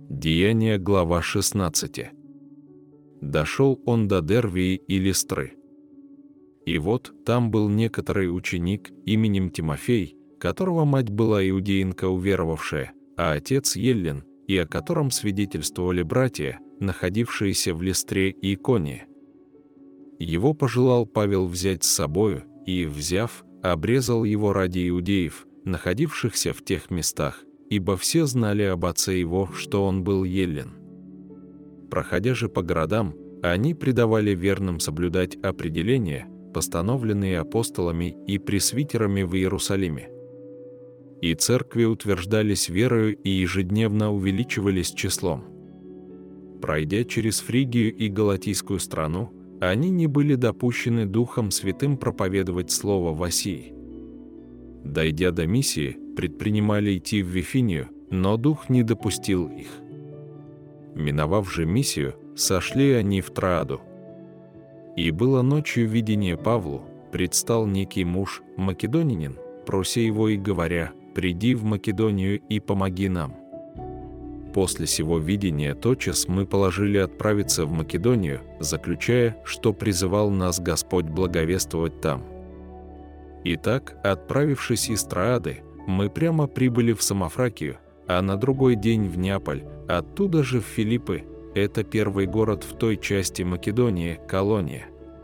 Деяния, глава 16. Дошел он до Дервии и Листры. И вот там был некоторый ученик именем Тимофей, которого мать была иудеинка уверовавшая, а отец Еллин, и о котором свидетельствовали братья, находившиеся в Листре и Иконии. Его пожелал Павел взять с собою, и, взяв, обрезал его ради иудеев, находившихся в тех местах, ибо все знали об отце его, что он был Еллин. Проходя же по городам, они предавали верным соблюдать определения, постановленные апостолами и пресвитерами в Иерусалиме. И церкви утверждались верою и ежедневно увеличивались числом. Пройдя через Фригию и Галатийскую страну, они не были допущены Духом Святым проповедовать Слово в Асии. Дойдя до Миссии, предпринимали идти в Вифинию, но Дух не допустил их. Миновав же Миссию, сошли они в Трааду. И было ночью видение Павлу, предстал некий муж, македонянин, прося его и говоря: «Приди в Македонию и помоги нам». После сего видения тотчас мы положили отправиться в Македонию, заключая, что призывал нас Господь благовествовать там. Итак, отправившись из Троады, мы прямо прибыли в Самофракию, а на другой день в Неаполь, оттуда же в Филиппы, это первый город в той части Македонии, колония.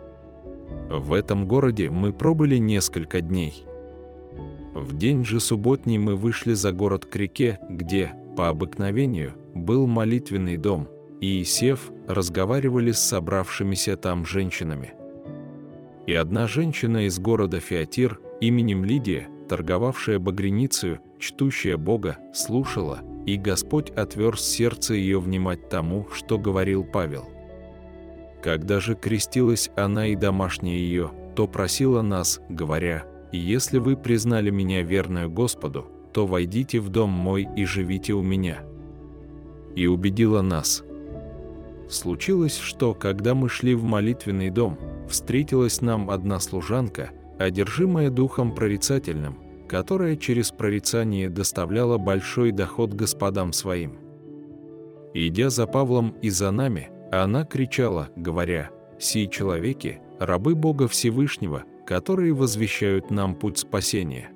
В этом городе мы пробыли несколько дней. В день же субботний мы вышли за город к реке, где, по обыкновению, был молитвенный дом, и, сев, разговаривали с собравшимися там женщинами. И одна женщина из города Фиатир, именем Лидия, торговавшая багряницею, чтущая Бога, слушала, и Господь отверз сердце ее внимать тому, что говорил Павел. Когда же крестилась она и домашняя ее, то просила нас, говоря: «Если вы признали меня верную Господу, то войдите в дом мой и живите у меня». И убедила нас. Случилось, что, когда мы шли в молитвенный дом, встретилась нам одна служанка, одержимая духом прорицательным, которая через прорицание доставляла большой доход господам своим. Идя за Павлом и за нами, она кричала, говоря: «Сии человеки, рабы Бога Всевышнего, которые возвещают нам путь спасения».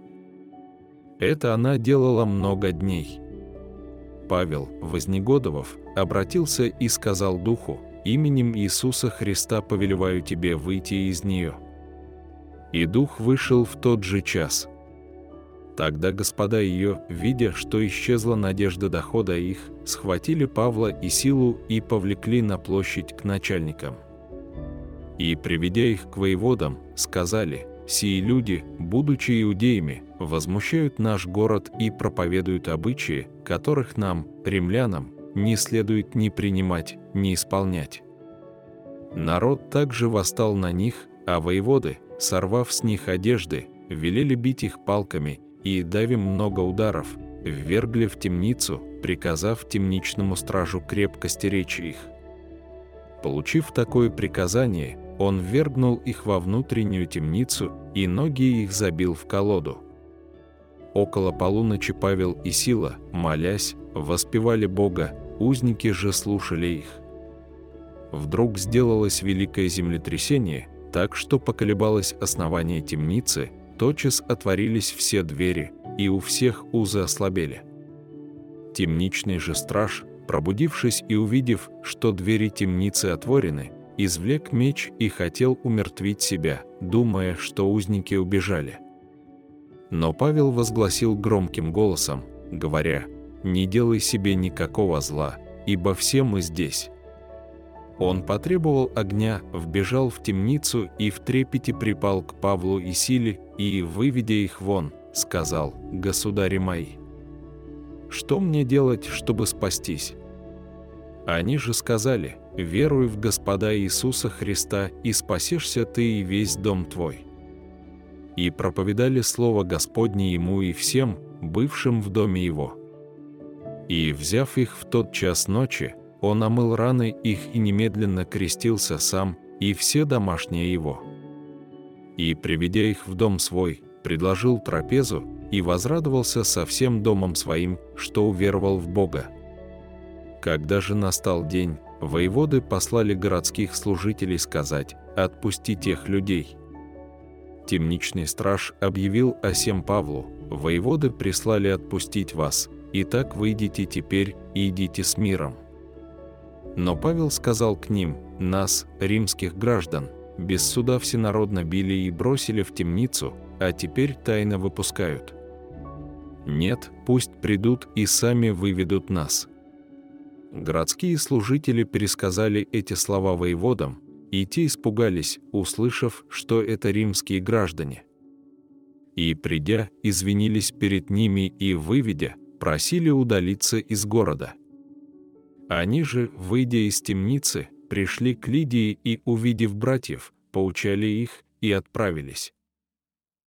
Это она делала много дней. Павел, вознегодовав, обратился и сказал духу: «Именем Иисуса Христа повелеваю тебе выйти из нее». И дух вышел в тот же час. Тогда господа ее, видя, что исчезла надежда дохода их, схватили Павла и Силу и повлекли на площадь к начальникам. И, приведя их к воеводам, сказали: «Сии люди, будучи иудеями, возмущают наш город и проповедуют обычаи, которых нам, римлянам, не следует ни принимать, ни исполнять». Народ также восстал на них, а воеводы, сорвав с них одежды, велели бить их палками и, дав им много ударов, ввергли в темницу, приказав темничному стражу крепко стеречь их. Получив такое приказание, он ввергнул их во внутреннюю темницу и ноги их забил в колоду. Около полуночи Павел и Сила, молясь, воспевали Бога, узники же слушали их. Вдруг сделалось великое землетрясение, так что поколебалось основание темницы, тотчас отворились все двери, и у всех узы ослабели. Темничный же страж, пробудившись и увидев, что двери темницы отворены, извлек меч и хотел умертвить себя, думая, что узники убежали. Но Павел возгласил громким голосом, говоря: «Не делай себе никакого зла, ибо все мы здесь». Он потребовал огня, вбежал в темницу и в трепете припал к Павлу и Силе, и, выведя их вон, сказал: «Государи мои, что мне делать, чтобы спастись?» Они же сказали: «Веруй в Господа Иисуса Христа, и спасешься ты и весь дом твой». И проповедали слово Господне ему и всем, бывшим в доме его. И, взяв их в тот час ночи, он омыл раны их и немедленно крестился сам, и все домашние его. И, приведя их в дом свой, предложил трапезу и возрадовался со всем домом своим, что уверовал в Бога. Когда же настал день, воеводы послали городских служителей сказать: «Отпусти тех людей». Темничный страж объявил о сем Павлу: «Воеводы прислали отпустить вас, итак выйдите теперь и идите с миром». Но Павел сказал к ним: «Нас, римских граждан, без суда всенародно били и бросили в темницу, а теперь тайно выпускают. Нет, пусть придут и сами выведут нас». Городские служители пересказали эти слова воеводам, и те испугались, услышав, что это римские граждане. И, придя, извинились перед ними и, выведя, просили удалиться из города. Они же, выйдя из темницы, пришли к Лидии и, увидев братьев, поучали их и отправились.